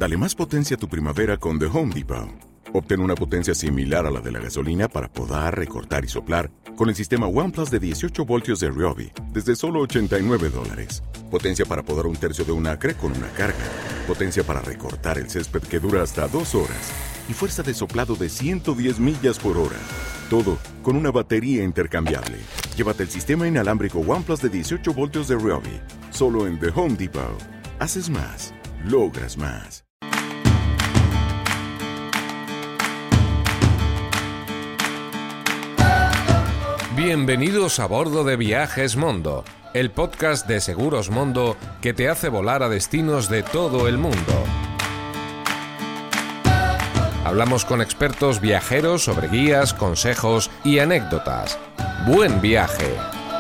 Dale más potencia a tu primavera con The Home Depot. Obtén una potencia similar a la de la gasolina para podar, recortar y soplar con el sistema OnePlus de 18 voltios de Ryobi desde solo $89. Potencia para podar un tercio de un acre con una carga. Potencia para recortar el césped que dura hasta 2 horas. Y fuerza de soplado de 110 millas por hora. Todo con una batería intercambiable. Llévate el sistema inalámbrico OnePlus de 18 voltios de Ryobi. Solo en The Home Depot. Haces más. Logras más. Bienvenidos a bordo de Viajes Mondo, el podcast de Seguros Mondo que te hace volar a destinos de todo el mundo. Hablamos con expertos viajeros sobre guías, consejos y anécdotas. ¡Buen viaje!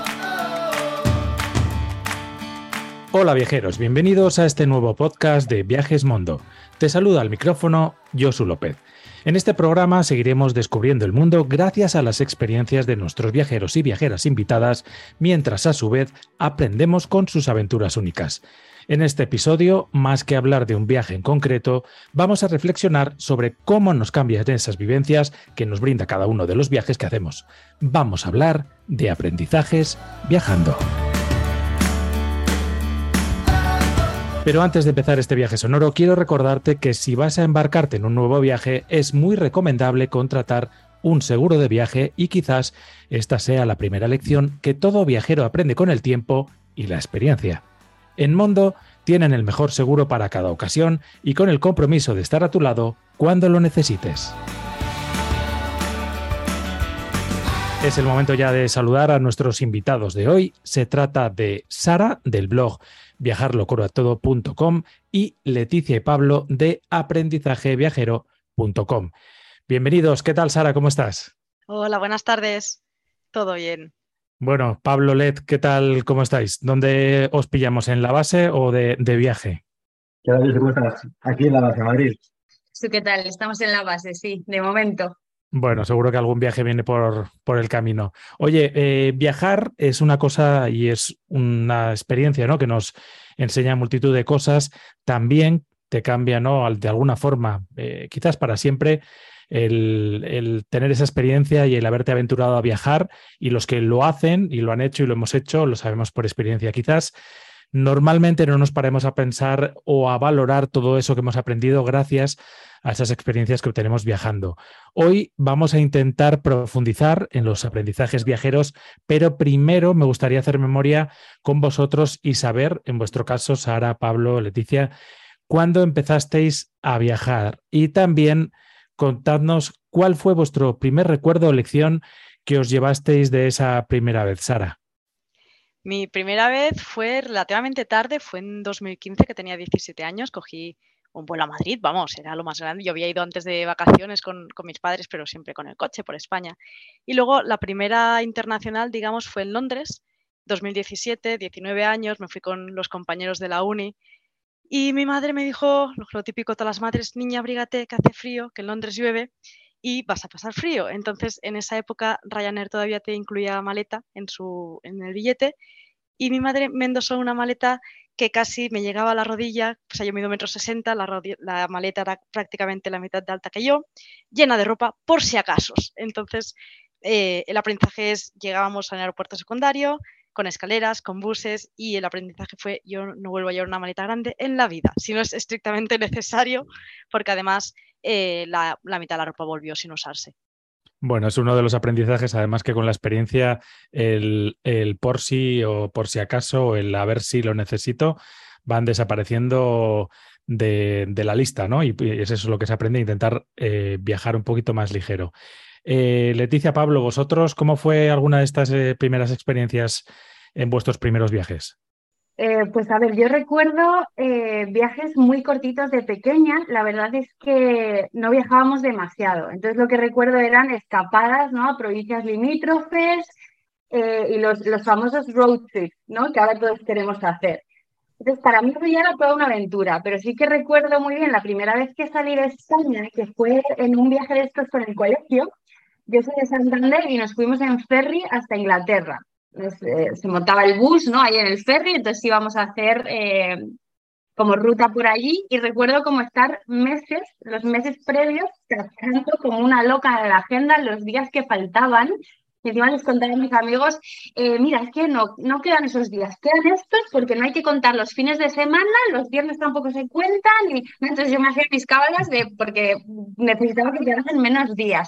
Hola viajeros, bienvenidos a este nuevo podcast de Viajes Mondo. Te saluda al micrófono Josu López. En este programa seguiremos descubriendo el mundo gracias a las experiencias de nuestros viajeros y viajeras invitadas, mientras a su vez aprendemos con sus aventuras únicas. En este episodio, más que hablar de un viaje en concreto, vamos a reflexionar sobre cómo nos cambian esas vivencias que nos brinda cada uno de los viajes que hacemos. Vamos a hablar de aprendizajes viajando. Pero antes de empezar este viaje sonoro, quiero recordarte que si vas a embarcarte en un nuevo viaje, es muy recomendable contratar un seguro de viaje y quizás esta sea la primera lección que todo viajero aprende con el tiempo y la experiencia. En Mondo tienen el mejor seguro para cada ocasión y con el compromiso de estar a tu lado cuando lo necesites. Es el momento ya de saludar a nuestros invitados de hoy. Se trata de Sara, del blog viajarlocoratodo.com y Leticia y Pablo de aprendizajeviajero.com. Bienvenidos. ¿Qué tal, Sara? ¿Cómo estás? Hola, buenas tardes. ¿Todo bien? Bueno, Pablo, Let, ¿qué tal? ¿Cómo estáis? ¿Dónde os pillamos? ¿En la base o de viaje? ¿Qué tal? ¿Cómo estás? Aquí en la base, Madrid. ¿Tú qué tal? Estamos en la base, sí, de momento. Bueno, seguro que algún viaje viene por el camino. Oye, viajar es una cosa y es una experiencia, ¿no?, que nos enseña multitud de cosas. También te cambia, ¿no?, de alguna forma, quizás para siempre, el tener esa experiencia y el haberte aventurado a viajar. Y los que lo hacen y lo han hecho y lo hemos hecho, lo sabemos por experiencia. Quizás normalmente no nos paremos a pensar o a valorar todo eso que hemos aprendido gracias a esas experiencias que obtenemos viajando. Hoy vamos a intentar profundizar en los aprendizajes viajeros, pero primero me gustaría hacer memoria con vosotros y saber, en vuestro caso, Sara, Pablo, Leticia, ¿cuándo empezasteis a viajar? Y también contadnos cuál fue vuestro primer recuerdo o lección que os llevasteis de esa primera vez, Sara. Mi primera vez fue relativamente tarde, fue en 2015, que tenía 17 años, cogí un vuelo a Madrid, vamos, era lo más grande. Yo había ido antes de vacaciones con mis padres, pero siempre con el coche por España. Y luego la primera internacional, digamos, fue en Londres, 2017, 19 años, me fui con los compañeros de la uni y mi madre me dijo, lo típico de todas las madres: niña, abrígate, que hace frío, que en Londres llueve y vas a pasar frío. Entonces, en esa época Ryanair todavía te incluía maleta en el billete y mi madre me endosó una maleta que casi me llegaba a la rodilla. O sea, yo mido 1,60 m, la maleta era prácticamente la mitad de alta que yo, llena de ropa por si acaso. Entonces, el aprendizaje es: llegábamos al aeropuerto secundario con escaleras, con buses, y el aprendizaje fue: yo no vuelvo a llevar una maleta grande en la vida, si no es estrictamente necesario, porque además la mitad de la ropa volvió sin usarse. Bueno, es uno de los aprendizajes, además, que con la experiencia el por si o por si acaso, o el a ver si lo necesito, van desapareciendo de la lista, ¿no? Y es eso lo que se aprende, intentar viajar un poquito más ligero. Leticia, Pablo, vosotros, ¿cómo fue alguna de estas primeras experiencias en vuestros primeros viajes? Pues a ver, yo recuerdo viajes muy cortitos de pequeña. La verdad es que no viajábamos demasiado. Entonces lo que recuerdo eran escapadas, ¿no?, a provincias limítrofes y los famosos road trips, ¿no?, que ahora todos queremos hacer. Entonces para mí eso ya era toda una aventura, pero sí que recuerdo muy bien la primera vez que salí de España, que fue en un viaje de estos con el colegio. Yo soy de Santander y nos fuimos en ferry hasta Inglaterra. Se montaba el bus, ¿no?, ahí en el ferry, entonces íbamos a hacer como ruta por allí y recuerdo como estar meses, los meses previos, trazando como una loca en la agenda los días que faltaban. Y encima les contaba a mis amigos, mira, es que no quedan esos días, quedan estos porque no hay que contar los fines de semana, los viernes tampoco se cuentan. Y entonces yo me hacía mis cábalas porque necesitaba que quedasen menos días.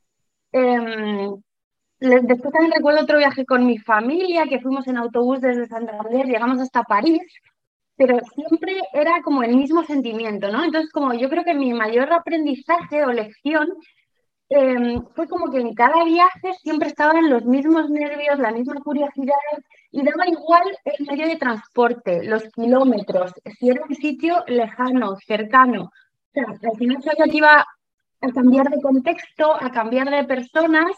Em, Después también recuerdo otro viaje con mi familia, que fuimos en autobús desde Santander, llegamos hasta París, pero siempre era como el mismo sentimiento, ¿no? Entonces, como yo creo que mi mayor aprendizaje o lección fue como que en cada viaje siempre estaban los mismos nervios, la misma curiosidad, y daba igual el medio de transporte, los kilómetros, si era un sitio lejano, cercano. O sea, al final sabía que iba a cambiar de contexto, a cambiar de personas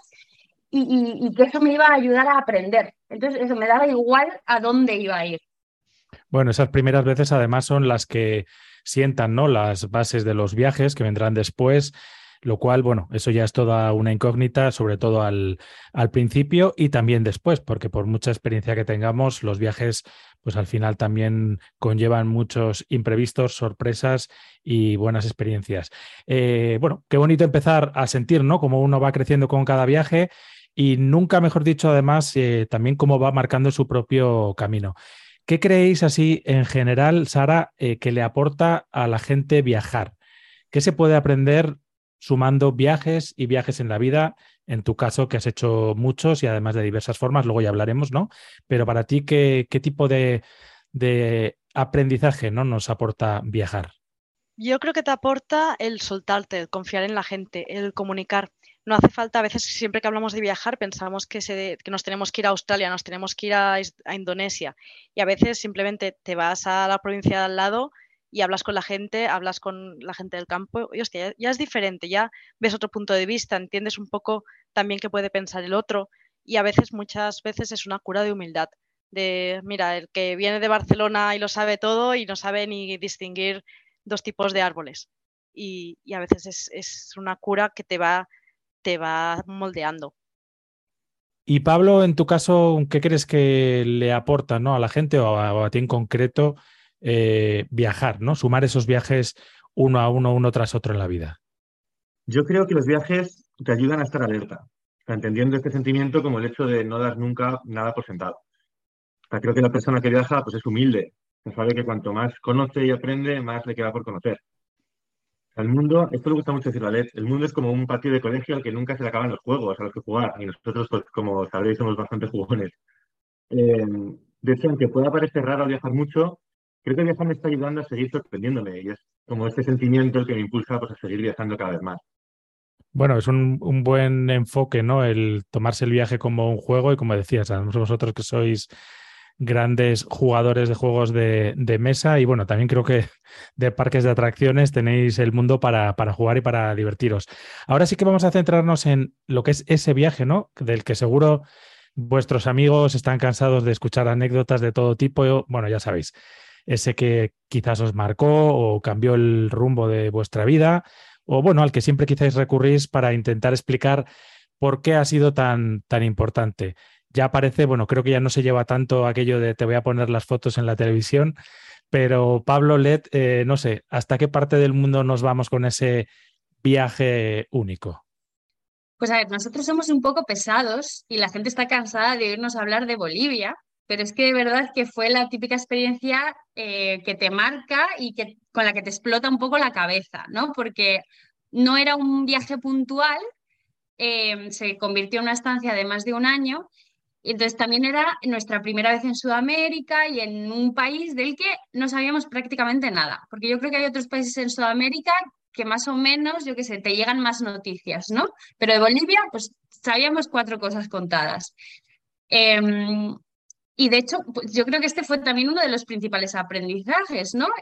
y que eso me iba a ayudar a aprender. Entonces, eso me daba igual a dónde iba a ir. Bueno, esas primeras veces además son las que sientan, ¿no?, las bases de los viajes que vendrán después, lo cual, bueno, eso ya es toda una incógnita, sobre todo al principio y también después, porque por mucha experiencia que tengamos, los viajes, pues al final también conllevan muchos imprevistos, sorpresas y buenas experiencias. Bueno, qué bonito empezar a sentir, ¿no?, cómo uno va creciendo con cada viaje y nunca, mejor dicho, además, también cómo va marcando su propio camino. ¿Qué creéis así en general, Sara, que le aporta a la gente viajar? ¿Qué se puede aprender sumando viajes y viajes en la vida? En tu caso, que has hecho muchos y además de diversas formas, luego ya hablaremos, ¿no? Pero para ti, ¿qué tipo de aprendizaje, ¿no?, nos aporta viajar? Yo creo que te aporta el soltarte, el confiar en la gente, el comunicar. No hace falta, a veces siempre que hablamos de viajar pensamos que nos tenemos que ir a Australia, nos tenemos que ir a Indonesia y a veces simplemente te vas a la provincia de al lado y hablas con la gente del campo y hostia, ya es diferente, ya ves otro punto de vista, entiendes un poco también qué puede pensar el otro y muchas veces es una cura de humildad. De, mira, el que viene de Barcelona y lo sabe todo y no sabe ni distinguir dos tipos de árboles y a veces es una cura que te va moldeando. Y Pablo, en tu caso, ¿qué crees que le aporta, ¿no?, a la gente o a ti en concreto viajar, ¿no? Sumar esos viajes uno a uno, uno tras otro en la vida. Yo creo que los viajes te ayudan a estar alerta, o sea, entendiendo este sentimiento como el hecho de no dar nunca nada por sentado. O sea, creo que la persona que viaja pues es humilde, sabe que cuanto más conoce y aprende, más le queda por conocer. El mundo, esto le gusta mucho decirlo a Alex, el mundo es como un patio de colegio al que nunca se le acaban los juegos a los que jugar, y nosotros, pues, como sabréis, somos bastante jugones. Eh, de hecho, aunque pueda parecer raro viajar mucho, creo que viajar me está ayudando a seguir sorprendiéndome, y es como este sentimiento el que me impulsa pues, a seguir viajando cada vez más. Bueno, es un buen enfoque, ¿no? El tomarse el viaje como un juego y como decías, además vosotros que sois grandes jugadores de juegos de mesa y bueno, también creo que de parques de atracciones tenéis el mundo para jugar y para divertiros. Ahora sí que vamos a centrarnos en lo que es ese viaje, ¿no? Del que seguro vuestros amigos están cansados de escuchar anécdotas de todo tipo. Bueno, ya sabéis, ese que quizás os marcó o cambió el rumbo de vuestra vida o bueno, al que siempre quizás recurrís para intentar explicar por qué ha sido tan importante. Ya parece, bueno, creo que ya no se lleva tanto aquello de te voy a poner las fotos en la televisión, pero Pablo Led, no sé, ¿hasta qué parte del mundo nos vamos con ese viaje único? Pues a ver, nosotros somos un poco pesados y la gente está cansada de oírnos hablar de Bolivia, pero es que de verdad que fue la típica experiencia que te marca y con la que te explota un poco la cabeza, ¿no? Porque no era un viaje puntual, se convirtió en una estancia de más de un año. Y entonces también era nuestra primera vez en Sudamérica y en un país del que no sabíamos prácticamente nada, porque yo creo que hay otros países en Sudamérica que más o menos, yo qué sé, te llegan más noticias, ¿no? Pero de Bolivia, pues sabíamos 4 cosas contadas. Em, y de hecho, pues, yo creo que este fue también uno de los principales aprendizajes, ¿no?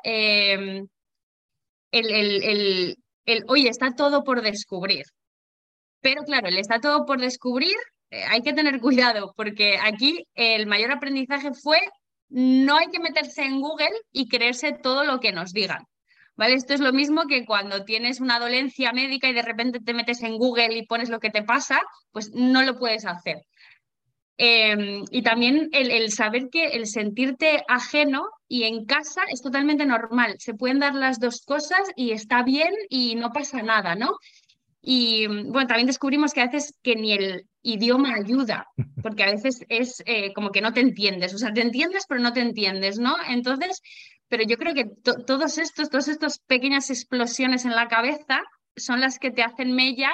Oye, está todo por descubrir. Pero claro, el está todo por descubrir, hay que tener cuidado porque aquí el mayor aprendizaje fue no hay que meterse en Google y creerse todo lo que nos digan. ¿Vale? Esto es lo mismo que cuando tienes una dolencia médica y de repente te metes en Google y pones lo que te pasa, pues no lo puedes hacer. Y también el saber que el sentirte ajeno y en casa es totalmente normal. Se pueden dar las dos cosas y está bien y no pasa nada, ¿no? Y bueno, también descubrimos que a veces que ni el idioma ayuda, porque a veces es como que no te entiendes, o sea, te entiendes pero no te entiendes, ¿no? Entonces, pero yo creo que todas estas pequeñas explosiones en la cabeza son las que te hacen mella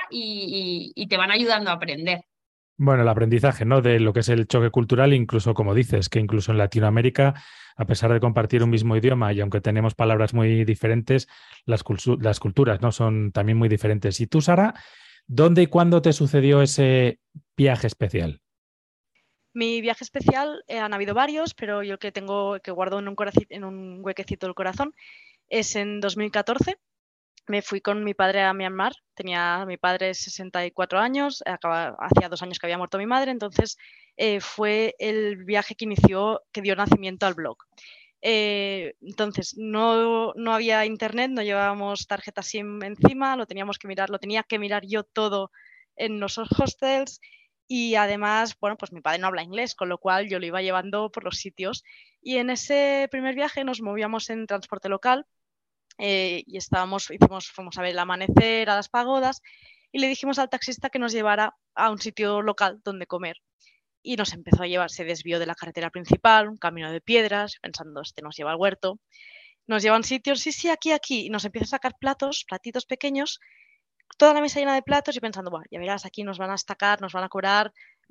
y te van ayudando a aprender. Bueno, el aprendizaje, ¿no? De lo que es el choque cultural, incluso como dices, que incluso en Latinoamérica, a pesar de compartir un mismo idioma y aunque tenemos palabras muy diferentes, las culturas, ¿no? Son también muy diferentes. ¿Y tú, Sara, dónde y cuándo te sucedió ese viaje especial? Mi viaje especial, han habido varios, pero yo el que tengo, que guardo en un huequecito del corazón, es en 2014. Me fui con mi padre a Myanmar. Tenía mi padre 64 años, hacía 2 años que había muerto mi madre, entonces fue el viaje que dio nacimiento al blog. Entonces no había internet, no llevábamos tarjeta SIM encima, lo tenía que mirar yo todo en los hostels. Y además, bueno, pues mi padre no habla inglés, con lo cual yo lo iba llevando por los sitios. Y en ese primer viaje nos movíamos en transporte local. Y fuimos a ver el amanecer, a las pagodas, y le dijimos al taxista que nos llevara a un sitio local donde comer. Y nos empezó a llevar, se desvió de la carretera principal, un camino de piedras, pensando, este nos lleva al huerto. Nos llevan sitios, sí, sí, aquí, aquí, y nos empieza a sacar platitos pequeños, toda la mesa llena de platos, y pensando, bueno, ya verás, aquí nos van a estacar, nos van a cobrar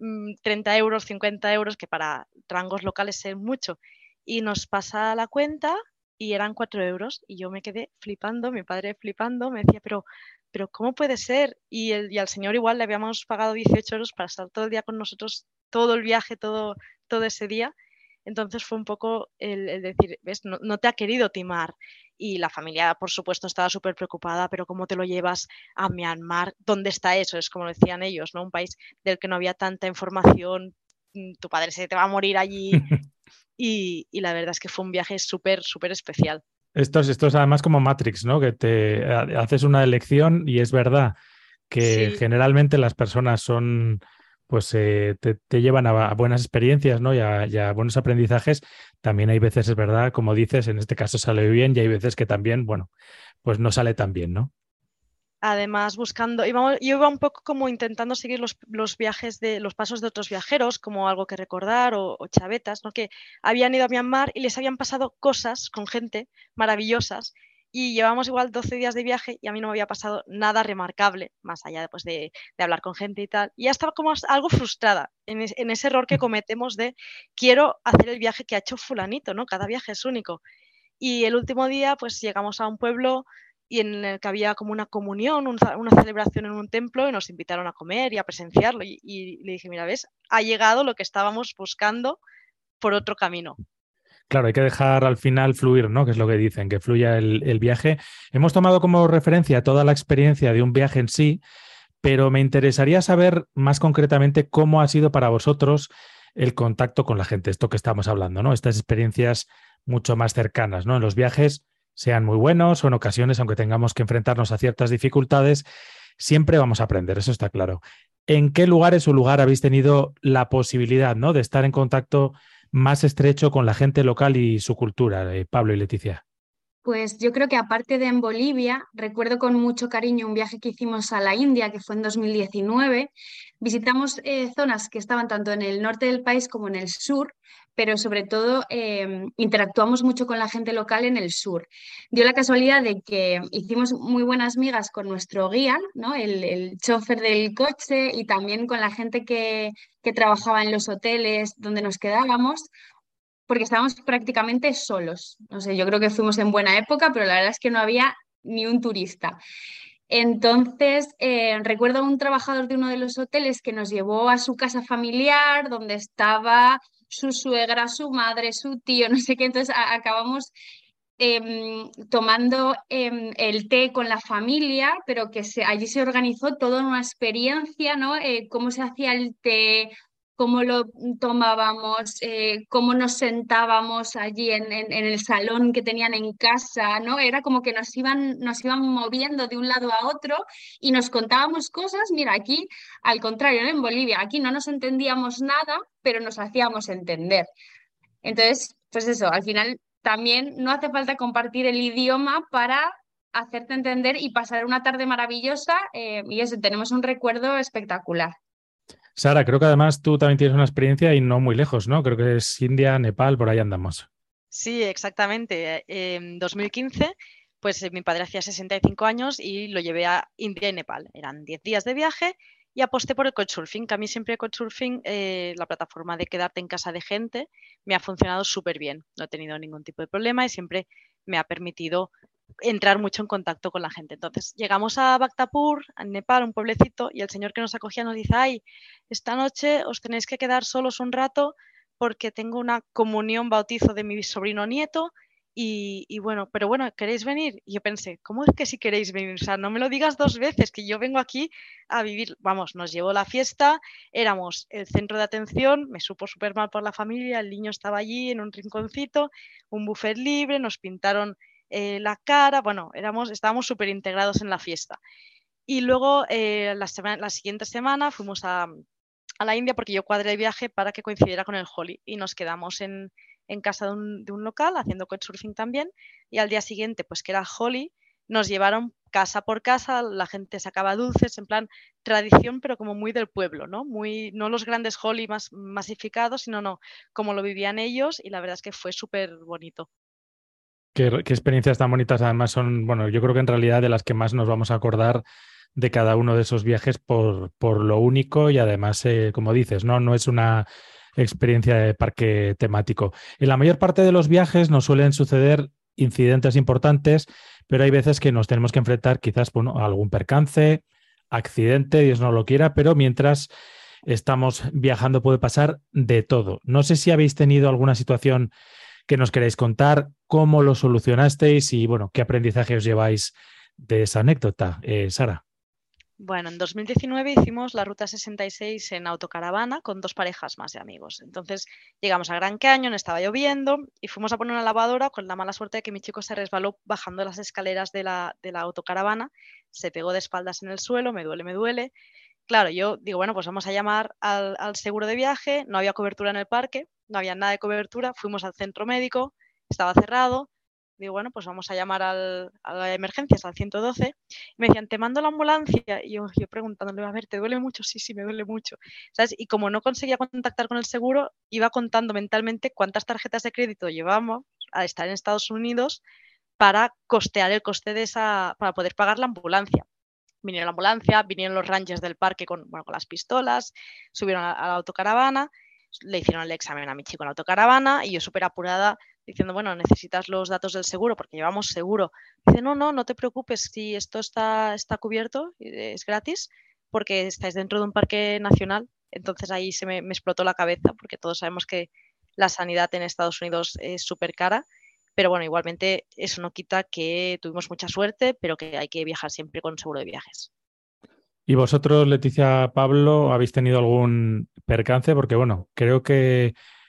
30 euros, 50 euros, que para rangos locales es mucho. Y nos pasa la cuenta y eran 4 euros, y yo me quedé flipando, mi padre flipando, me decía, pero ¿cómo puede ser? Y al señor igual le habíamos pagado 18 euros para estar todo el día con nosotros, todo el viaje, todo ese día. Entonces fue un poco el decir, ¿ves? No te ha querido timar. Y la familia, por supuesto, estaba súper preocupada, pero ¿cómo te lo llevas a Myanmar? ¿Dónde está eso? Es como decían ellos, ¿no? Un país del que no había tanta información, tu padre se te va a morir allí. Y la verdad es que fue un viaje súper, súper especial. Esto es además como Matrix, ¿no? Que te haces una elección y es verdad que Sí, generalmente las personas son, pues te llevan a buenas experiencias, ¿no? Y a buenos aprendizajes. También hay veces, es verdad, como dices, en este caso sale bien y hay veces que también, bueno, pues no sale tan bien, ¿no? además yo iba un poco como intentando seguir los viajes los pasos de otros viajeros, como algo que recordar o chavetas, ¿no? Que habían ido a Myanmar y les habían pasado cosas con gente maravillosas, y llevamos igual 12 días de viaje y a mí no me había pasado nada remarcable, más allá pues, de hablar con gente y tal. Y ya estaba como algo frustrada en ese error que cometemos de quiero hacer el viaje que ha hecho fulanito, ¿no? Cada viaje es único. Y el último día, pues llegamos a un pueblo y en el que había como una comunión, una celebración en un templo, y nos invitaron a comer y a presenciarlo. Y le dije, mira, ¿ves? Ha llegado lo que estábamos buscando por otro camino. Claro, hay que dejar al final fluir, ¿no? Que es lo que dicen, que fluya el viaje. Hemos tomado como referencia toda la experiencia de un viaje en sí, pero me interesaría saber más concretamente cómo ha sido para vosotros el contacto con la gente, esto que estamos hablando, ¿no? Estas experiencias mucho más cercanas, ¿no? En los viajes, sean muy buenos o en ocasiones, aunque tengamos que enfrentarnos a ciertas dificultades, siempre vamos a aprender, eso está claro. ¿En qué lugares o lugar habéis tenido la posibilidad, ¿no? de estar en contacto más estrecho con la gente local y su cultura, Pablo y Leticia? Pues yo creo que aparte de en Bolivia, recuerdo con mucho cariño un viaje que hicimos a la India, que fue en 2019. Visitamos zonas que estaban tanto en el norte del país como en el sur, pero sobre todo interactuamos mucho con la gente local en el sur. Dio la casualidad de que hicimos muy buenas migas con nuestro guía, ¿no? El chofer del coche, y también con la gente que trabajaba en los hoteles donde nos quedábamos, porque estábamos prácticamente solos. No sé, yo creo que fuimos en buena época, pero la verdad es que no había ni un turista. Entonces, recuerdo a un trabajador de uno de los hoteles que nos llevó a su casa familiar, donde estaba su suegra, su madre, su tío, no sé qué. Entonces, acabamos tomando el té con la familia, pero que allí se organizó toda una experiencia, ¿no? Cómo se hacía el té, cómo lo tomábamos, cómo nos sentábamos allí en el salón que tenían en casa, ¿no? Era como que nos iban moviendo de un lado a otro y nos contábamos cosas. Mira, aquí, al contrario, ¿no? En Bolivia, aquí no nos entendíamos nada, pero nos hacíamos entender. Entonces, pues eso, al final también no hace falta compartir el idioma para hacerte entender y pasar una tarde maravillosa, y eso, tenemos un recuerdo espectacular. Sara, creo que además tú también tienes una experiencia y no muy lejos, ¿no? Creo que es India, Nepal, por ahí andamos. Sí, exactamente. En 2015, pues mi padre hacía 65 años y lo llevé a India y Nepal. Eran 10 días de viaje y aposté por el couchsurfing, que a mí siempre el couchsurfing, la plataforma de quedarte en casa de gente, me ha funcionado súper bien. No he tenido ningún tipo de problema y siempre me ha permitido entrar mucho en contacto con la gente. Entonces llegamos a Bhaktapur, en Nepal, un pueblecito, y el señor que nos acogía nos dice: ay, esta noche os tenéis que quedar solos un rato porque tengo una comunión, bautizo de mi sobrino nieto y bueno, pero bueno, ¿queréis venir? Y yo pensé, ¿cómo es que si queréis venir? O sea, no me lo digas dos veces, que yo vengo aquí a vivir. Vamos, nos llevó la fiesta, éramos el centro de atención, me supo súper mal por la familia, el niño estaba allí en un rinconcito, un buffet libre, nos pintaron la cara, bueno, estábamos súper integrados en la fiesta. Y luego la siguiente semana fuimos a la India porque yo cuadré el viaje para que coincidiera con el Holi y nos quedamos en casa de un local haciendo couchsurfing también, y al día siguiente, pues que era Holi, nos llevaron casa por casa, la gente sacaba dulces, en plan tradición, pero como muy del pueblo, ¿no? No los grandes Holi más masificados, sino no, como lo vivían ellos, y la verdad es que fue súper bonito. Qué experiencias tan bonitas además son, bueno, yo creo que en realidad de las que más nos vamos a acordar de cada uno de esos viajes por lo único y además, como dices, ¿no? No es una experiencia de parque temático. En la mayor parte de los viajes nos suelen suceder incidentes importantes, pero hay veces que nos tenemos que enfrentar quizás, bueno, a algún percance, accidente, Dios no lo quiera, pero mientras estamos viajando puede pasar de todo. No sé si habéis tenido alguna situación que nos queráis contar, cómo lo solucionasteis y, bueno, qué aprendizaje os lleváis de esa anécdota, Sara. Bueno, en 2019 hicimos la Ruta 66 en autocaravana con dos parejas más de amigos. Entonces llegamos a Gran Cañón, estaba lloviendo y fuimos a poner una lavadora con la mala suerte de que mi chico se resbaló bajando las escaleras de la autocaravana, se pegó de espaldas en el suelo, me duele. Claro, yo digo, bueno, pues vamos a llamar al seguro de viaje, no había cobertura en el parque, no había nada de cobertura, fuimos al centro médico, estaba cerrado. Digo, bueno, pues vamos a llamar a la emergencias, al 112. Me decían, te mando la ambulancia. Y yo preguntándole, a ver, ¿te duele mucho? Sí, me duele mucho. ¿Sabes? Y como no conseguía contactar con el seguro, iba contando mentalmente cuántas tarjetas de crédito llevábamos a estar en Estados Unidos para costear el coste para poder pagar la ambulancia. Vinieron la ambulancia, vinieron los rangers del parque con las pistolas, subieron a la autocaravana, le hicieron el examen a mi chico en la autocaravana y yo súper apurada diciendo, bueno, necesitas los datos del seguro porque llevamos seguro. Dice, no te preocupes, si esto está cubierto, es gratis, porque estáis dentro de un parque nacional. Entonces ahí se me explotó la cabeza, porque todos sabemos que la sanidad en Estados Unidos es súper cara, pero bueno, igualmente eso no quita que tuvimos mucha suerte, pero que hay que viajar siempre con seguro de viajes. ¿Y vosotros, Leticia, Pablo, habéis tenido algún percance? Porque, bueno, creo que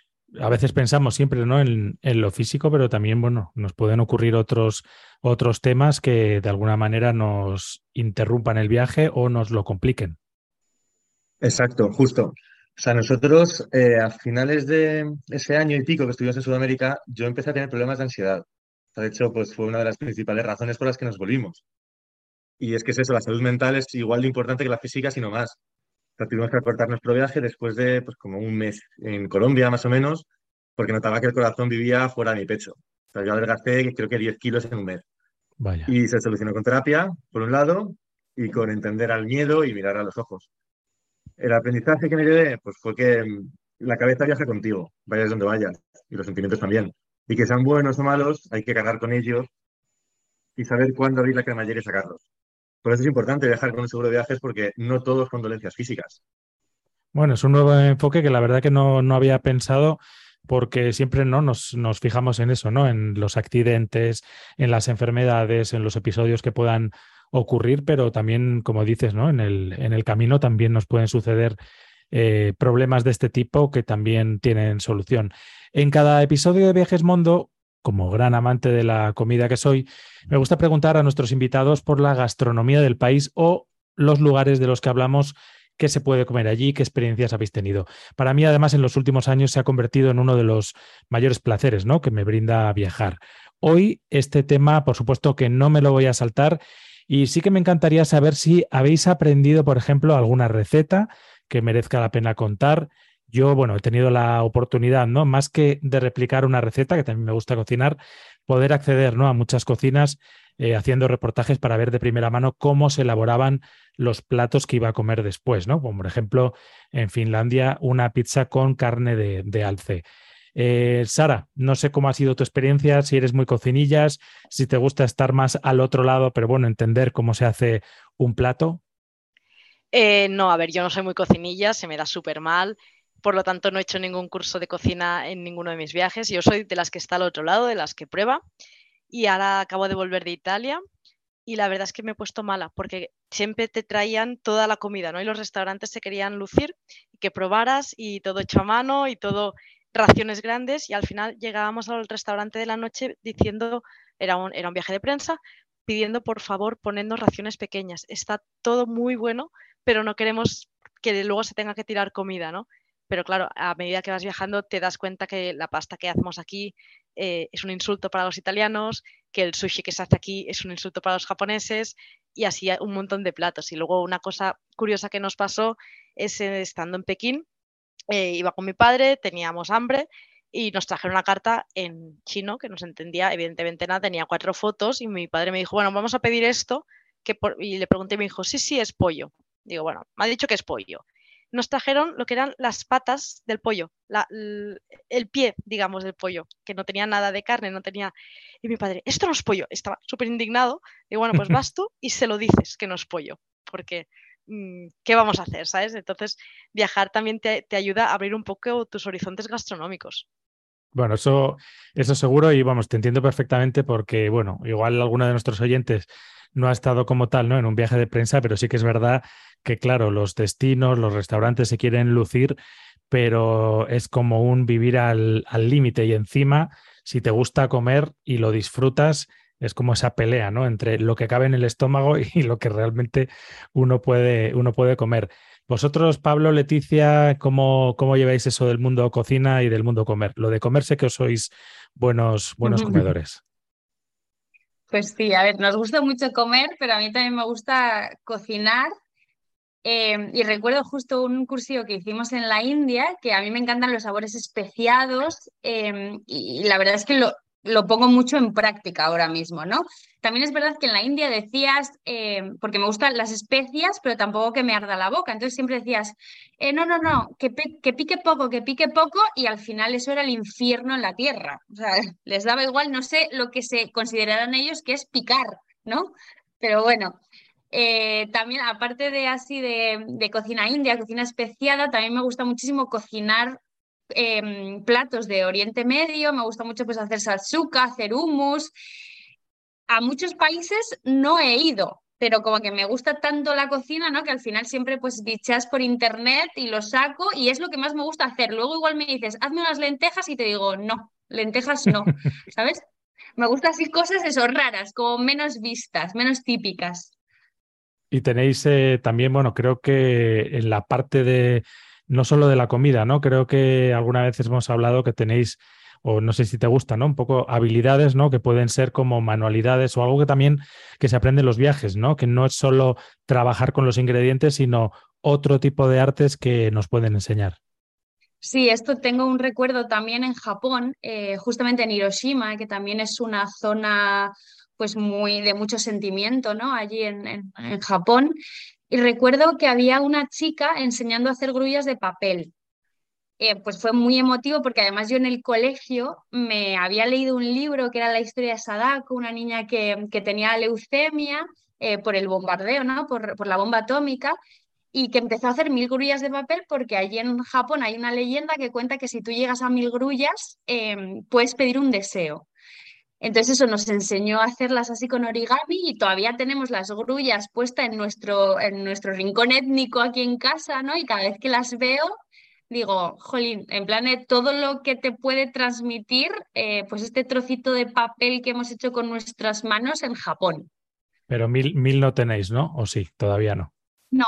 a veces pensamos siempre, ¿no?, en lo físico, pero también, bueno, nos pueden ocurrir otros temas que de alguna manera nos interrumpan el viaje o nos lo compliquen. Exacto, justo. O sea, nosotros a finales de ese año y pico que estuvimos en Sudamérica, yo empecé a tener problemas de ansiedad. O sea, de hecho, pues fue una de las principales razones por las que nos volvimos. Y es que es eso, la salud mental es igual de importante que la física, si no más. O sea, tuvimos que acortar nuestro viaje después de pues como un mes en Colombia, más o menos, porque notaba que el corazón vivía fuera de mi pecho. O sea, yo adelgacé creo que 10 kilos en un mes. Vaya. Y se solucionó con terapia, por un lado, y con entender al miedo y mirar a los ojos. El aprendizaje que me llevé pues, fue que la cabeza viaja contigo, vayas donde vayas, y los sentimientos también. Y que sean buenos o malos, hay que cargar con ellos y saber cuándo abrir la cremallera y sacarlos. Por eso es importante viajar con un seguro de viajes porque no todos con dolencias físicas. Bueno, es un nuevo enfoque que la verdad que no había pensado porque siempre no nos fijamos en eso, ¿no? En los accidentes, en las enfermedades, en los episodios que puedan ocurrir, pero también, como dices, ¿no?, en el camino también nos pueden suceder problemas de este tipo que también tienen solución. En cada episodio de Viajes Mondo, como gran amante de la comida que soy, me gusta preguntar a nuestros invitados por la gastronomía del país o los lugares de los que hablamos, qué se puede comer allí, qué experiencias habéis tenido. Para mí, además, en los últimos años se ha convertido en uno de los mayores placeres, ¿no?, que me brinda viajar. Hoy este tema, por supuesto que no me lo voy a saltar y sí que me encantaría saber si habéis aprendido, por ejemplo, alguna receta que merezca la pena contar. Yo, bueno, he tenido la oportunidad, ¿no?, más que de replicar una receta, que también me gusta cocinar, poder acceder, ¿no?, a muchas cocinas haciendo reportajes para ver de primera mano cómo se elaboraban los platos que iba a comer después, ¿no? Como por ejemplo, en Finlandia, una pizza con carne de alce. Sara, no sé cómo ha sido tu experiencia, si eres muy cocinillas, si te gusta estar más al otro lado, pero bueno, entender cómo se hace un plato. No, a ver, yo no soy muy cocinilla, se me da súper mal, por lo tanto no he hecho ningún curso de cocina en ninguno de mis viajes. Yo soy de las que está al otro lado, de las que prueba, y ahora acabo de volver de Italia y la verdad es que me he puesto mala porque siempre te traían toda la comida, ¿no? Y los restaurantes se querían lucir, que probaras y todo hecho a mano y todo raciones grandes y al final llegábamos al restaurante de la noche diciendo, era un viaje de prensa, pidiendo por favor ponernos raciones pequeñas. Está todo muy bueno, pero no queremos que luego se tenga que tirar comida, ¿no? Pero claro, a medida que vas viajando te das cuenta que la pasta que hacemos aquí es un insulto para los italianos, que el sushi que se hace aquí es un insulto para los japoneses y así un montón de platos. Y luego una cosa curiosa que nos pasó es estando en Pekín, iba con mi padre, teníamos hambre y nos trajeron una carta en chino que no se entendía evidentemente nada, tenía 4 fotos y mi padre me dijo, bueno, vamos a pedir esto, y le pregunté y me dijo, sí, sí, es pollo. Digo, bueno, me ha dicho que es pollo. Nos trajeron lo que eran las patas del pollo, el pie, digamos, del pollo, que no tenía nada de carne, no tenía... Y mi padre, esto no es pollo, estaba súper indignado. Digo, bueno, pues vas tú y se lo dices que no es pollo, porque ¿qué vamos a hacer, sabes? Entonces, viajar también te ayuda a abrir un poco tus horizontes gastronómicos. Bueno, eso seguro y vamos, te entiendo perfectamente porque, bueno, igual alguno de nuestros oyentes no ha estado como tal, ¿no?, en un viaje de prensa, pero sí que es verdad que, claro, los destinos, los restaurantes se quieren lucir, pero es como un vivir al límite y encima, si te gusta comer y lo disfrutas, es como esa pelea, ¿no?, entre lo que cabe en el estómago y lo que realmente uno puede comer. Vosotros, Pablo, Leticia, ¿cómo lleváis eso del mundo cocina y del mundo comer? Lo de comer sé que os sois buenos comedores. Pues sí, a ver, nos gusta mucho comer, pero a mí también me gusta cocinar. Y recuerdo justo un cursillo que hicimos en la India, que a mí me encantan los sabores especiados, y la verdad es que lo pongo mucho en práctica ahora mismo, ¿no? También es verdad que en la India decías, porque me gustan las especias, pero tampoco que me arda la boca, entonces siempre decías, no, no, no, que pique poco, y al final eso era el infierno en la tierra. O sea, les daba igual, no sé lo que se considerarán ellos que es picar, ¿no? Pero bueno. También, aparte de así de cocina india, cocina especiada, también me gusta muchísimo cocinar platos de Oriente Medio, me gusta mucho pues hacer salsuka, hacer hummus. A muchos países no he ido, pero como que me gusta tanto la cocina, ¿no?, que al final siempre pues bicheas por internet y lo saco y es lo que más me gusta hacer. Luego igual me dices, hazme unas lentejas y te digo, no, lentejas no, ¿sabes? Me gustan así cosas eso, raras, como menos vistas, menos típicas. Y tenéis también, bueno, creo que en la parte de, no solo de la comida, ¿no? Creo que alguna vez hemos hablado que tenéis, o no sé si te gusta, ¿no?, un poco habilidades, ¿no?, que pueden ser como manualidades o algo que también que se aprende en los viajes, ¿no? Que no es solo trabajar con los ingredientes, sino otro tipo de artes que nos pueden enseñar. Sí, esto tengo un recuerdo también en Japón, justamente en Hiroshima, que también es una zona pues muy de mucho sentimiento, ¿no? Allí en Japón. Y recuerdo que había una chica enseñando a hacer grullas de papel. Pues fue muy emotivo porque además yo en el colegio me había leído un libro que era la historia de Sadako, una niña que tenía leucemia por el bombardeo, ¿no? Por la bomba atómica y que empezó a hacer 1000 grullas de papel porque allí en Japón hay una leyenda que cuenta que si tú llegas a 1000 grullas puedes pedir un deseo. Entonces eso nos enseñó a hacerlas así con origami y todavía tenemos las grullas puestas en nuestro rincón étnico aquí en casa, ¿no? Y cada vez que las veo, digo, jolín, en plan de todo lo que te puede transmitir, pues este trocito de papel que hemos hecho con nuestras manos en Japón. Pero mil no tenéis, ¿no? ¿O sí? Todavía no. No,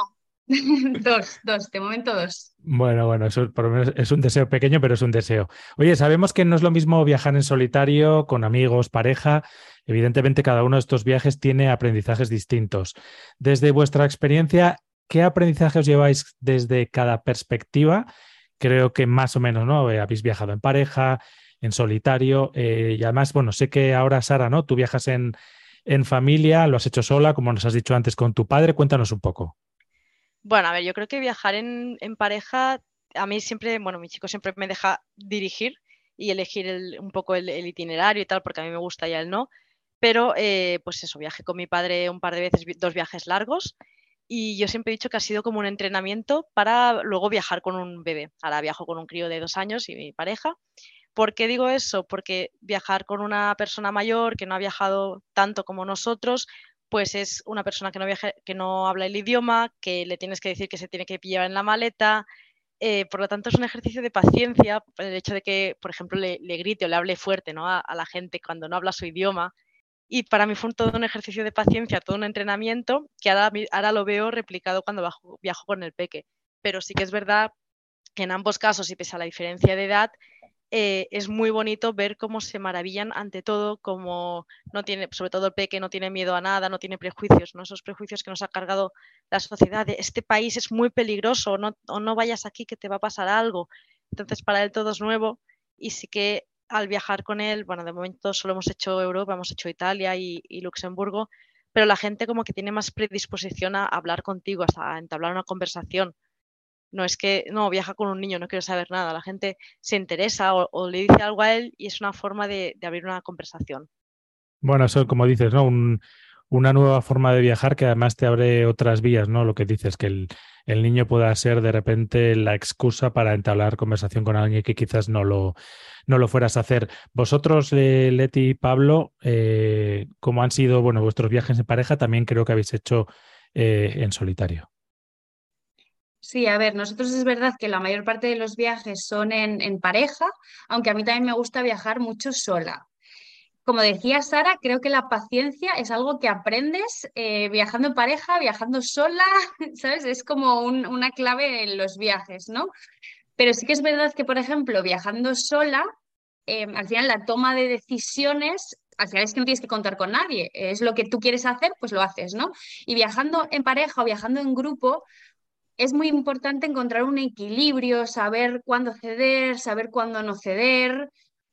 dos, de momento dos. Bueno, eso por lo menos es un deseo pequeño, pero es un deseo. Oye, sabemos que no es lo mismo viajar en solitario, con amigos, pareja. Evidentemente, cada uno de estos viajes tiene aprendizajes distintos. Desde vuestra experiencia, ¿qué aprendizaje os lleváis desde cada perspectiva? Creo que más o menos, ¿no? Habéis viajado en pareja, en solitario, y además, bueno, sé que ahora, Sara, ¿no? Tú viajas en familia, lo has hecho sola, como nos has dicho antes, con tu padre. Cuéntanos un poco. Bueno, a ver, yo creo que viajar en pareja, a mí siempre, bueno, mi chico siempre me deja dirigir y elegir un poco el itinerario y tal, porque a mí me gusta y a él no. Pero, pues eso, viajé con mi padre un par de veces, 2 viajes largos, y yo siempre he dicho que ha sido como un entrenamiento para luego viajar con un bebé. Ahora viajo con un crío de 2 años y mi pareja. ¿Por qué digo eso? Porque viajar con una persona mayor que no ha viajado tanto como nosotros, pues es una persona que no habla el idioma, que le tienes que decir que se tiene que llevar en la maleta. Por lo tanto, es un ejercicio de paciencia, el hecho de que, por ejemplo, le grite o le hable fuerte, ¿no? a la gente cuando no habla su idioma. Y para mí fue todo un ejercicio de paciencia, todo un entrenamiento que ahora lo veo replicado cuando viajo con el peque. Pero sí que es verdad que en ambos casos, y pese a la diferencia de edad, es muy bonito ver cómo se maravillan ante todo, cómo no tiene, sobre todo el peque no tiene miedo a nada, no tiene prejuicios, ¿no? Esos prejuicios que nos ha cargado la sociedad de este país es muy peligroso, o no vayas aquí que te va a pasar algo. Entonces para él todo es nuevo y sí que al viajar con él, bueno, de momento solo hemos hecho Europa, hemos hecho Italia y Luxemburgo, pero la gente como que tiene más predisposición a hablar contigo, hasta a entablar una conversación. No es que, no, viaja con un niño, no quiero saber nada. La gente se interesa o le dice algo a él y es una forma de abrir una conversación. Bueno, eso como dices, ¿no? Una nueva forma de viajar que además te abre otras vías, ¿no? Lo que dices, que el niño pueda ser de repente la excusa para entablar conversación con alguien que quizás no lo fueras a hacer. Vosotros, Leti y Pablo, ¿cómo han sido, bueno, vuestros viajes en pareja? También creo que habéis hecho en solitario. Sí, a ver, nosotros es verdad que la mayor parte de los viajes son en pareja, aunque a mí también me gusta viajar mucho sola. Como decía Sara, creo que la paciencia es algo que aprendes viajando en pareja, viajando sola, ¿sabes? Es como una clave en los viajes, ¿no? Pero sí que es verdad que, por ejemplo, viajando sola, al final la toma de decisiones, al final es que no tienes que contar con nadie, es lo que tú quieres hacer, pues lo haces, ¿no? Y viajando en pareja o viajando en grupo, es muy importante encontrar un equilibrio, saber cuándo ceder, saber cuándo no ceder.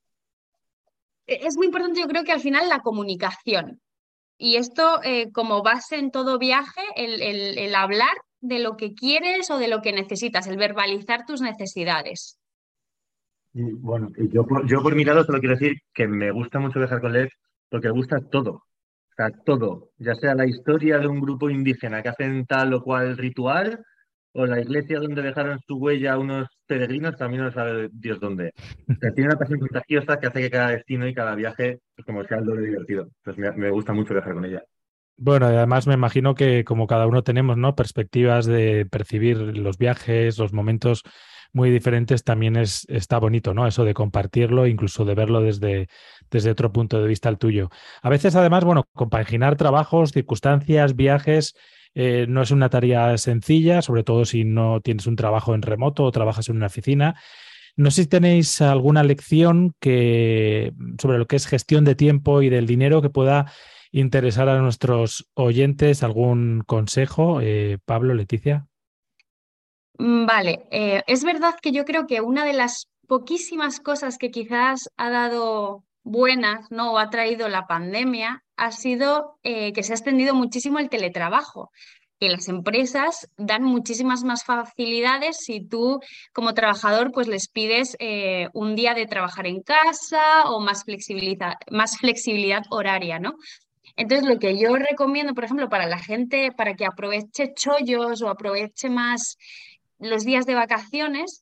Es muy importante, yo creo que al final la comunicación. Y esto, como base en todo viaje, el hablar de lo que quieres o de lo que necesitas, el verbalizar tus necesidades. Y bueno, yo por mi lado solo quiero decir que me gusta mucho viajar con Lev porque me gusta todo. O sea, todo. Ya sea la historia de un grupo indígena que hacen tal o cual ritual, o la iglesia donde dejaron su huella a unos peregrinos, también no sabe Dios dónde. O sea, tiene una pasión contagiosa que hace que cada destino y cada viaje, pues como sea el doble divertido. Entonces me gusta mucho viajar con ella. Bueno, y además me imagino que como cada uno tenemos, ¿no? Perspectivas de percibir los viajes, los momentos muy diferentes, también está bonito, ¿no? Eso de compartirlo, incluso de verlo desde otro punto de vista al tuyo. A veces, además, bueno, compaginar trabajos, circunstancias, viajes, no es una tarea sencilla, sobre todo si no tienes un trabajo en remoto o trabajas en una oficina. No sé si tenéis alguna lección sobre lo que es gestión de tiempo y del dinero que pueda interesar a nuestros oyentes, algún consejo, Pablo, Leticia. Vale, es verdad que yo creo que una de las poquísimas cosas que quizás ha dado buenas, ¿no? O ha traído la pandemia, ha sido que se ha extendido muchísimo el teletrabajo. Que las empresas dan muchísimas más facilidades si tú como trabajador pues les pides un día de trabajar en casa o más flexibilidad horaria, ¿no? Entonces, lo que yo recomiendo, por ejemplo, para la gente, para que aproveche chollos o aproveche más los días de vacaciones,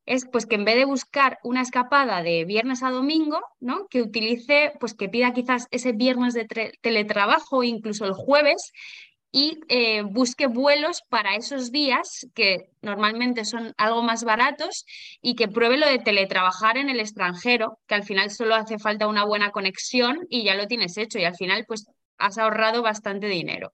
es pues que en vez de buscar una escapada de viernes a domingo, ¿no? Que utilice, pues que pida quizás ese viernes de teletrabajo, incluso el jueves, y busque vuelos para esos días que normalmente son algo más baratos y que pruebe lo de teletrabajar en el extranjero, que al final solo hace falta una buena conexión y ya lo tienes hecho y al final pues has ahorrado bastante dinero.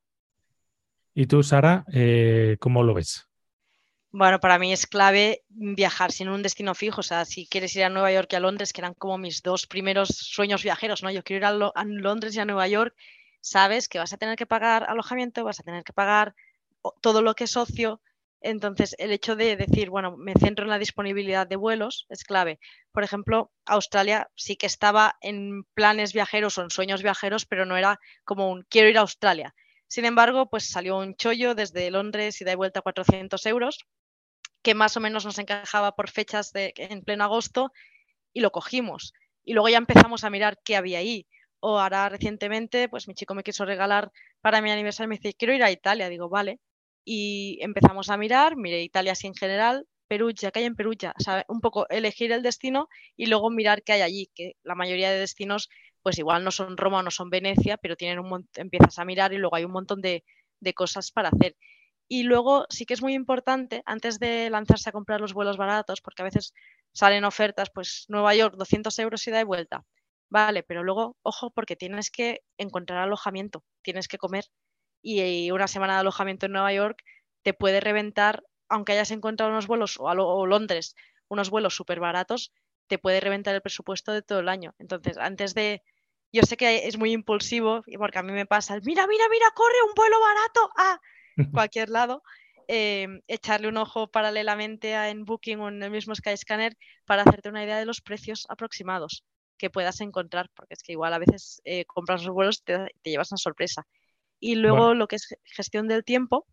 ¿Y tú, Sara, cómo lo ves? Bueno, para mí es clave viajar sin un destino fijo. O sea, si quieres ir a Nueva York y a Londres, que eran como mis dos primeros sueños viajeros, ¿no? Yo quiero ir a Londres y a Nueva York, sabes que vas a tener que pagar alojamiento, vas a tener que pagar todo lo que es ocio. Entonces, el hecho de decir, bueno, me centro en la disponibilidad de vuelos es clave. Por ejemplo, Australia sí que estaba en planes viajeros o en sueños viajeros, pero no era como un quiero ir a Australia. Sin embargo, pues salió un chollo desde Londres y da vuelta a 400 euros, que más o menos nos encajaba por fechas en pleno agosto y lo cogimos. Y luego ya empezamos a mirar qué había ahí. O ahora recientemente, pues mi chico me quiso regalar para mi aniversario, me dice, quiero ir a Italia. Digo, vale. Y empezamos a mirar, miré Italia así en general, Perugia, ¿qué hay en Perugia? O sea, un poco elegir el destino y luego mirar qué hay allí, que la mayoría de destinos, pues igual no son Roma o no son Venecia, pero tienen empiezas a mirar y luego hay un montón de cosas para hacer. Y luego sí que es muy importante, antes de lanzarse a comprar los vuelos baratos, porque a veces salen ofertas, pues Nueva York, 200 euros ida y vuelta. Vale, pero luego, ojo, porque tienes que encontrar alojamiento, tienes que comer. Y una semana de alojamiento en Nueva York te puede reventar, aunque hayas encontrado unos vuelos, o Londres, unos vuelos súper baratos, te puede reventar el presupuesto de todo el año. Entonces, antes de... Yo sé que es muy impulsivo, porque a mí me pasa, mira, mira, mira, corre, un vuelo barato, cualquier lado, echarle un ojo paralelamente en Booking o en el mismo Skyscanner para hacerte una idea de los precios aproximados que puedas encontrar, porque es que igual a veces compras los vuelos y te llevas una sorpresa. Y luego Bueno, lo que es gestión del tiempo,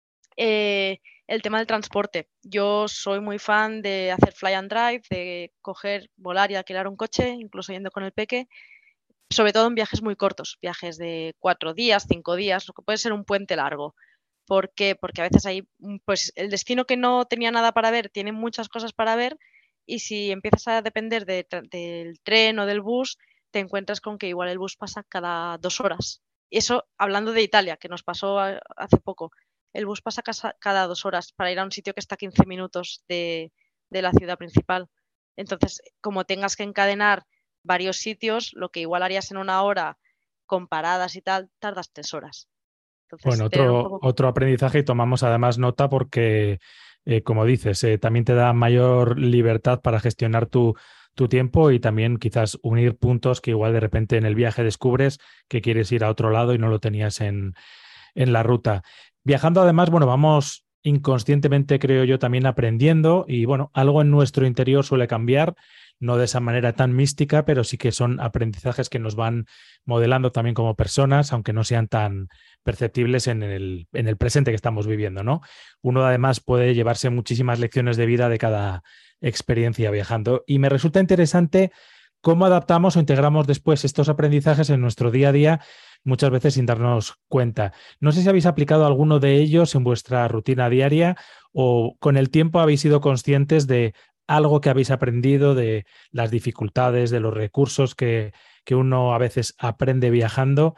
el tema del transporte. Yo soy muy fan de hacer fly and drive, de coger, volar y alquilar un coche, incluso yendo con el peque, sobre todo en viajes muy cortos, viajes de 4 días, 5 días, lo que puede ser un puente largo. ¿Por qué? Porque a veces hay, pues el destino que no tenía nada para ver tiene muchas cosas para ver y si empiezas a depender del tren o del bus, te encuentras con que igual el bus pasa cada 2 horas. Y eso hablando de Italia, que nos pasó hace poco. El bus pasa cada 2 horas para ir a un sitio que está a 15 minutos de la ciudad principal. Entonces, como tengas que encadenar varios sitios, lo que igual harías en una hora con paradas y tal, tardas 3 horas. Entonces, bueno, tener un otro, poco... otro aprendizaje y tomamos además nota porque, como dices, también te da mayor libertad para gestionar tu tiempo y también quizás unir puntos que igual de repente en el viaje descubres que quieres ir a otro lado y no lo tenías en la ruta. Viajando además, bueno, vamos inconscientemente, creo yo, también aprendiendo y bueno, algo en nuestro interior suele cambiar, no de esa manera tan mística, pero sí que son aprendizajes que nos van modelando también como personas, aunque no sean tan perceptibles en el presente que estamos viviendo, ¿no? Uno además puede llevarse muchísimas lecciones de vida de cada experiencia viajando y me resulta interesante cómo adaptamos o integramos después estos aprendizajes en nuestro día a día, muchas veces sin darnos cuenta. No sé si habéis aplicado alguno de ellos en vuestra rutina diaria o con el tiempo habéis sido conscientes de algo que habéis aprendido, de las dificultades, de los recursos que uno a veces aprende viajando,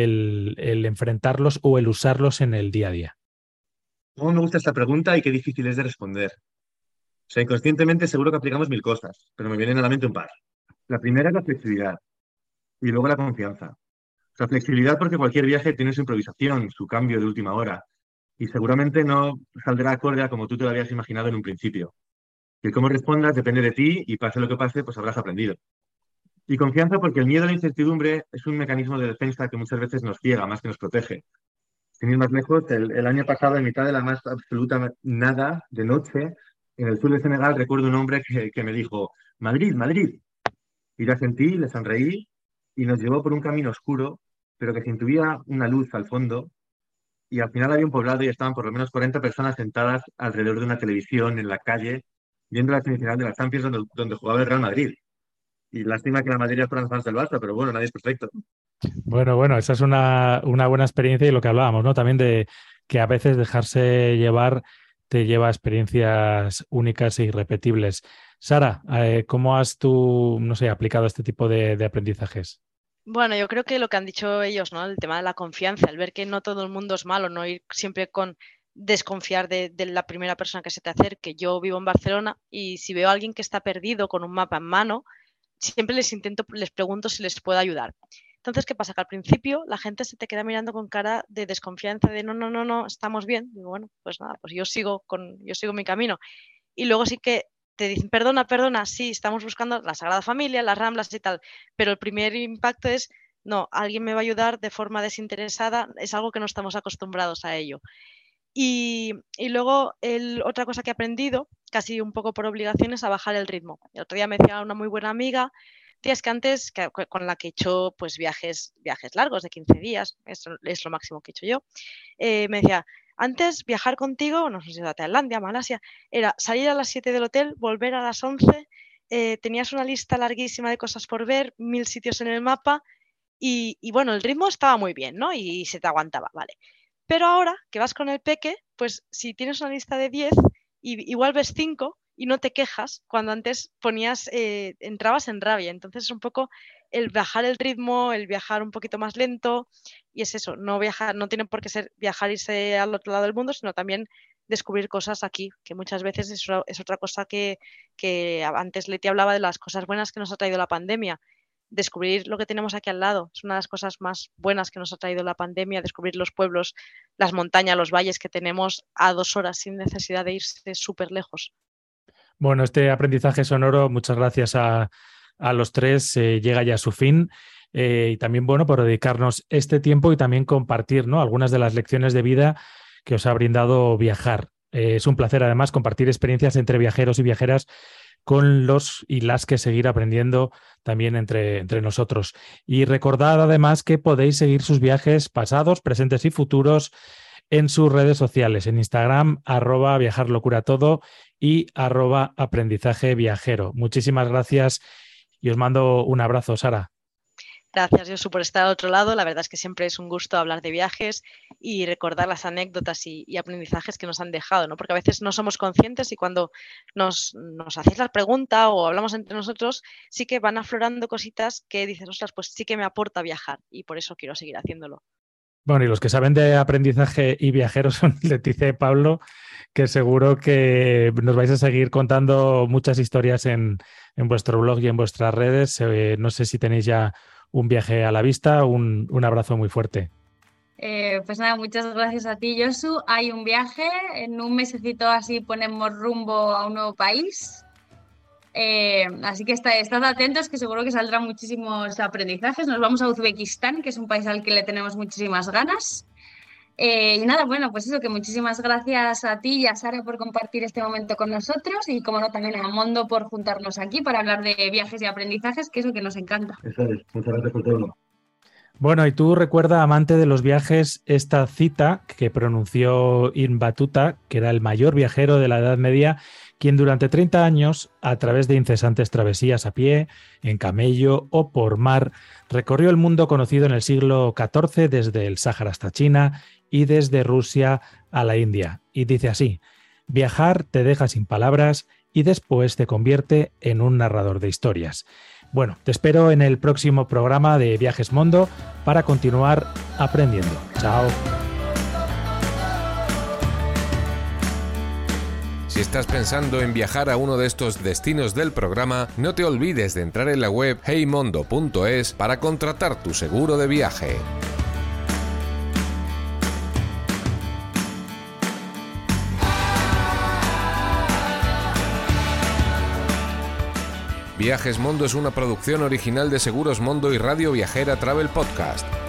el enfrentarlos o el usarlos en el día a día. ¿Cómo me gusta esta pregunta y qué difícil es de responder? O sea, inconscientemente seguro que aplicamos mil cosas, pero me vienen a la mente un par. La primera es la flexibilidad y luego la confianza. O sea, flexibilidad porque cualquier viaje tiene su improvisación, su cambio de última hora y seguramente no saldrá acorde a como tú te lo habías imaginado en un principio. Y cómo respondas depende de ti y pase lo que pase, pues habrás aprendido. Y confianza porque el miedo a la incertidumbre es un mecanismo de defensa que muchas veces nos ciega más que nos protege. Sin ir más lejos, el año pasado, en mitad de la más absoluta nada de noche, en el sur de Senegal, recuerdo un hombre que me dijo, Madrid, Madrid. Y la sentí, le sonreí y nos llevó por un camino oscuro, pero que se intuía una luz al fondo. Y al final había un poblado y estaban por lo menos 40 personas sentadas alrededor de una televisión en la calle, viendo la semifinal de la Champions donde jugaba el Real Madrid. Y lástima que la mayoría fueran fans del Barça, pero bueno, nadie es perfecto. Bueno, esa es una buena experiencia y lo que hablábamos, ¿no? También de que a veces dejarse llevar te lleva a experiencias únicas e irrepetibles. Sara, ¿cómo has tú, no sé, aplicado este tipo de aprendizajes? Bueno, yo creo que lo que han dicho ellos, ¿no? El tema de la confianza, el ver que no todo el mundo es malo, no ir siempre con desconfiar de la primera persona que se te acerque. Yo vivo en Barcelona y si veo a alguien que está perdido con un mapa en mano, siempre les pregunto si les puedo ayudar. Entonces, ¿qué pasa? Que al principio la gente se te queda mirando con cara de desconfianza, de no, estamos bien. Digo, bueno, pues nada, pues yo sigo mi camino. Y luego sí que te dicen, perdona, sí, estamos buscando la Sagrada Familia, las Ramblas y tal, pero el primer impacto es, no, alguien me va a ayudar de forma desinteresada, es algo que no estamos acostumbrados a ello. Y luego otra cosa que he aprendido, casi un poco por obligación, es a bajar el ritmo. El otro día me decía una muy buena amiga, tía, es que antes, con la que he hecho pues, viajes largos de 15 días, eso es lo máximo que he hecho yo, me decía, antes viajar contigo, no sé si era Tailandia, Malasia, era salir a las 7 del hotel, volver a las 11, tenías una lista larguísima de cosas por ver, 1000 sitios en el mapa y bueno, el ritmo estaba muy bien, ¿no? Y se te aguantaba, vale. Pero ahora que vas con el peque, pues si tienes una lista de 10 y igual ves 5 y no te quejas, cuando antes entrabas en rabia. Entonces es un poco el bajar el ritmo, el viajar un poquito más lento. Y es eso, no tiene por qué ser viajar, irse al otro lado del mundo, sino también descubrir cosas aquí, que muchas veces es otra cosa que antes Leti hablaba de las cosas buenas que nos ha traído la pandemia. Descubrir lo que tenemos aquí al lado es una de las cosas más buenas que nos ha traído la pandemia, descubrir los pueblos, las montañas, los valles que tenemos a 2 horas sin necesidad de irse súper lejos. Bueno, este aprendizaje sonoro, muchas gracias a los tres, llega ya a su fin. Y también, bueno, por dedicarnos este tiempo y también compartir, ¿no?, algunas de las lecciones de vida que os ha brindado viajar. Es un placer, además, compartir experiencias entre viajeros y viajeras con los y las que seguir aprendiendo también entre nosotros. Y recordad, además, que podéis seguir sus viajes pasados, presentes y futuros en sus redes sociales, en Instagram, @viajarlocuratodo y @aprendizajeviajero. Muchísimas gracias y os mando un abrazo, Sara. Gracias, Josu, por estar al otro lado. La verdad es que siempre es un gusto hablar de viajes y recordar las anécdotas y aprendizajes que nos han dejado, ¿no? Porque a veces no somos conscientes y cuando nos hacéis la pregunta o hablamos entre nosotros, sí que van aflorando cositas que dices, ostras, pues sí que me aporta viajar y por eso quiero seguir haciéndolo. Bueno, y los que saben de aprendizaje y viajeros son Leticia y Pablo, que seguro que nos vais a seguir contando muchas historias en vuestro blog y en vuestras redes. No sé si tenéis ya un viaje a la vista. Un abrazo muy fuerte. Pues nada, muchas gracias a ti, Josu. Hay un viaje, en un mesecito así ponemos rumbo a un nuevo país. Así que estad atentos, que seguro que saldrán muchísimos aprendizajes. Nos vamos a Uzbekistán, que es un país al que le tenemos muchísimas ganas. Y nada, bueno, pues eso, que muchísimas gracias a ti y a Sara por compartir este momento con nosotros y, como no, también a Mondo por juntarnos aquí para hablar de viajes y aprendizajes, que es lo que nos encanta. Eso es, muchas gracias por todo. Bueno, y tú recuerda, amante de los viajes, esta cita que pronunció Ibn Battuta, que era el mayor viajero de la Edad Media, quien durante 30 años, a través de incesantes travesías a pie, en camello o por mar, recorrió el mundo conocido en el siglo XIV desde el Sáhara hasta China y desde Rusia a la India. Y dice así: viajar te deja sin palabras y después te convierte en un narrador de historias. Bueno, te espero en el próximo programa de Viajes Mondo para continuar aprendiendo. Chao. Si estás pensando en viajar a uno de estos destinos del programa, no te olvides de entrar en la web heymondo.es para contratar tu seguro de viaje. Viajes Mondo es una producción original de Seguros Mondo y Radio Viajera Travel Podcast.